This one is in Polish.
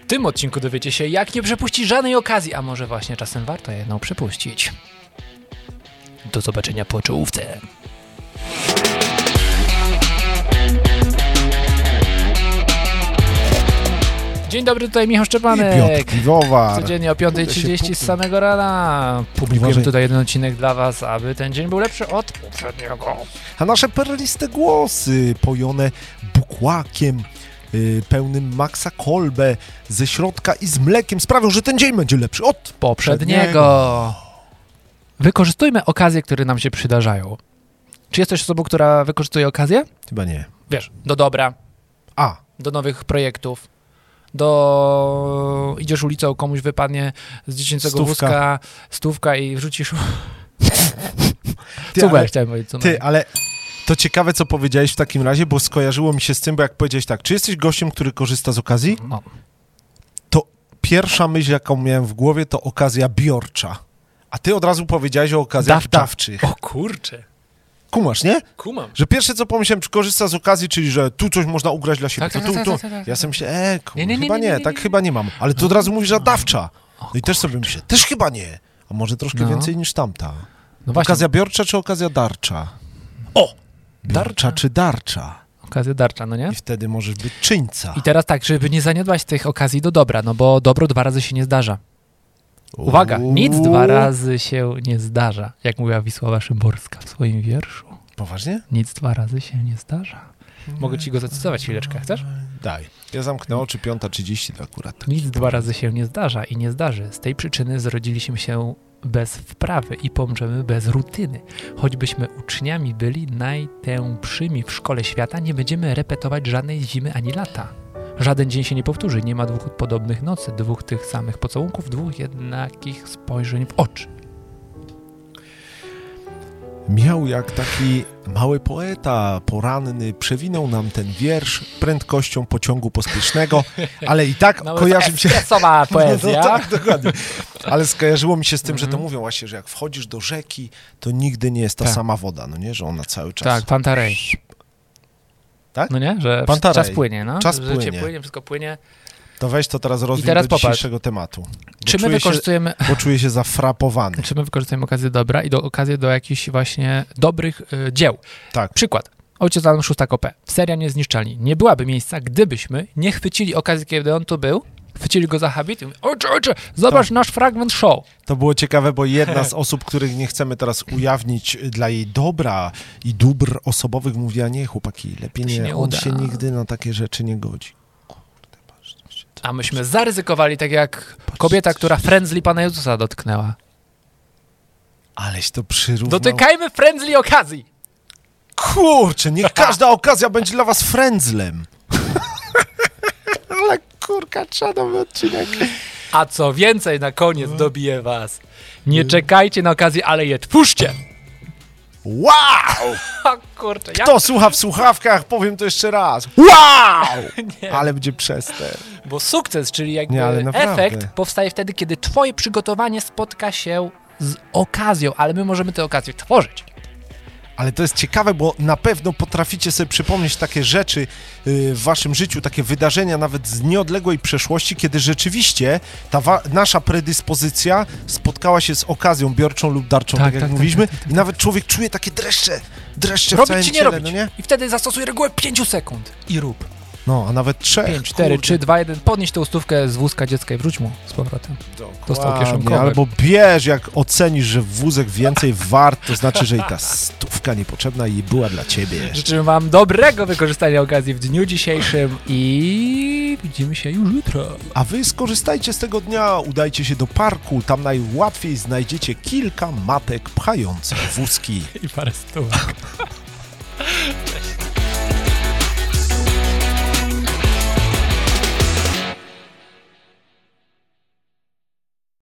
W tym odcinku dowiecie się, jak nie przepuścić żadnej okazji, a może właśnie czasem warto jedną przepuścić. Do zobaczenia po czołówce. Dzień dobry, tutaj Michał Szczepanek. Piotr Piwowar. Codziennie o 5:30 z samego rana publikujemy tutaj jeden odcinek dla was, aby ten dzień był lepszy od poprzedniego. A nasze perliste głosy, pojone bukłakiem, pełnym Maxa Kolbe ze środka i z mlekiem sprawią, że ten dzień będzie lepszy od poprzedniego. Wykorzystujmy okazje, które nam się przydarzają. Czy jesteś osobą, która wykorzystuje okazję? Chyba nie. Wiesz, do dobra, do nowych projektów, idziesz ulicą, komuś wypadnie z dziecięcego wózka stówka i wrzucisz... Chciałem powiedzieć. Ale to ciekawe, co powiedziałeś w takim razie, bo skojarzyło mi się z tym, bo jak powiedziałeś tak, czy jesteś gościem, który korzysta z okazji? No. To pierwsza myśl, jaką miałem w głowie, to okazja biorcza. A ty od razu powiedziałeś o okazjach dawczych. O kurczę. Kumasz, nie? Kumam. Że pierwsze, co pomyślałem, czy korzysta z okazji, czyli że tu coś można ugrać dla siebie. Tak. Ja sobie myślę, chyba nie mam. Ale ty od razu mówisz, że dawcza. No i też sobie myślę, też chyba nie. A może troszkę więcej niż tamta. No właśnie. Okazja biorcza czy okazja darcza? Biorcza czy darcza? Okazja darcza, no nie? I wtedy możesz być czyńca. I teraz tak, żeby nie zaniedbać tych okazji do dobra, no bo dobro 2 razy się nie zdarza. Uwaga, nic 2 razy się nie zdarza, jak mówiła Wisława Szymborska w swoim wierszu. Poważnie? Nic 2 razy się nie zdarza. Mogę ci go zacytować chwileczkę, chcesz? Daj. Ja zamknę oczy, 5:30 to akurat. Nic 2 razy się nie zdarza i nie zdarzy. Z tej przyczyny zrodziliśmy się bez wprawy i pomrzemy bez rutyny. Choćbyśmy uczniami byli najtępszymi w szkole świata, nie będziemy repetować żadnej zimy ani lata. Żaden dzień się nie powtórzy, nie ma 2 podobnych nocy, 2 tych samych pocałunków, 2 jednakich spojrzeń w oczy. Miał jak taki mały poeta poranny, przewinął nam ten wiersz prędkością pociągu pospiesznego, ale i tak kojarzy mi się... Espresowa poezja. No tak, dokładnie. Ale skojarzyło mi się z tym, że to mówią właśnie, że jak wchodzisz do rzeki, to nigdy nie jest ta sama woda, no nie? Że ona cały czas... Tak, Pantarej. Tak? No nie? Że Pantarej. czas płynie, no? Czas Życie płynie. płynie, wszystko płynie. To weź to teraz rozwij do dzisiejszego tematu. Czy my wykorzystujemy... Bo czuję się zafrapowany. Czy my wykorzystujemy okazję dobra i okazję do jakichś właśnie dobrych dzieł. Tak. Przykład. Ojciec Adam Szóstak-OP. Seria Niezniszczalni. Nie byłaby miejsca, gdybyśmy nie chwycili okazji, kiedy on tu był, chwycili go za habit i mówili, ojcze, zobacz nasz fragment show. To było ciekawe, bo jedna z osób, których nie chcemy teraz ujawnić dla jej dobra i dóbr osobowych, mówiła, nie chłopaki, lepiej nie, on się nigdy na takie rzeczy nie godzi. A myśmy zaryzykowali, tak jak kobieta, która frędzli Pana Jezusa dotknęła. Aleś to przyrównał. Dotykajmy frędzli okazji. Kurczę, niech każda okazja będzie dla was frędzlem. Ale kurka, trzeba nowy odcinek. A co więcej, na koniec dobiję was. Nie czekajcie na okazję, ale je twórzcie. Wow! O kurczę. Kto słucha w słuchawkach, powiem to jeszcze raz. Wow! Ale będzie przester. Bo sukces, czyli jakby naprawdę. efekt powstaje wtedy, kiedy twoje przygotowanie spotka się z okazją, ale my możemy tę okazję tworzyć. Ale to jest ciekawe, bo na pewno potraficie sobie przypomnieć takie rzeczy w waszym życiu, takie wydarzenia nawet z nieodległej przeszłości, kiedy rzeczywiście ta nasza predyspozycja spotkała się z okazją biorczą lub darczą, tak jak mówiliśmy. Tak. I nawet człowiek czuje takie dreszcze w całym ciele, robić. No nie? I wtedy zastosuj regułę 5 sekund i rób. No, a nawet 3. 5, 4, 3, 2, 1. Podnieś tę stówkę z wózka dziecka i wróć mu z powrotem. Dostał kieszonkowy. Albo bierz, jak ocenisz, że wózek więcej wart, to znaczy, że i ta stówka niepotrzebna i była dla ciebie. Życzymy wam dobrego wykorzystania okazji w dniu dzisiejszym i widzimy się już jutro. A wy skorzystajcie z tego dnia, udajcie się do parku, tam najłatwiej znajdziecie kilka matek pchających wózki. I parę stówek.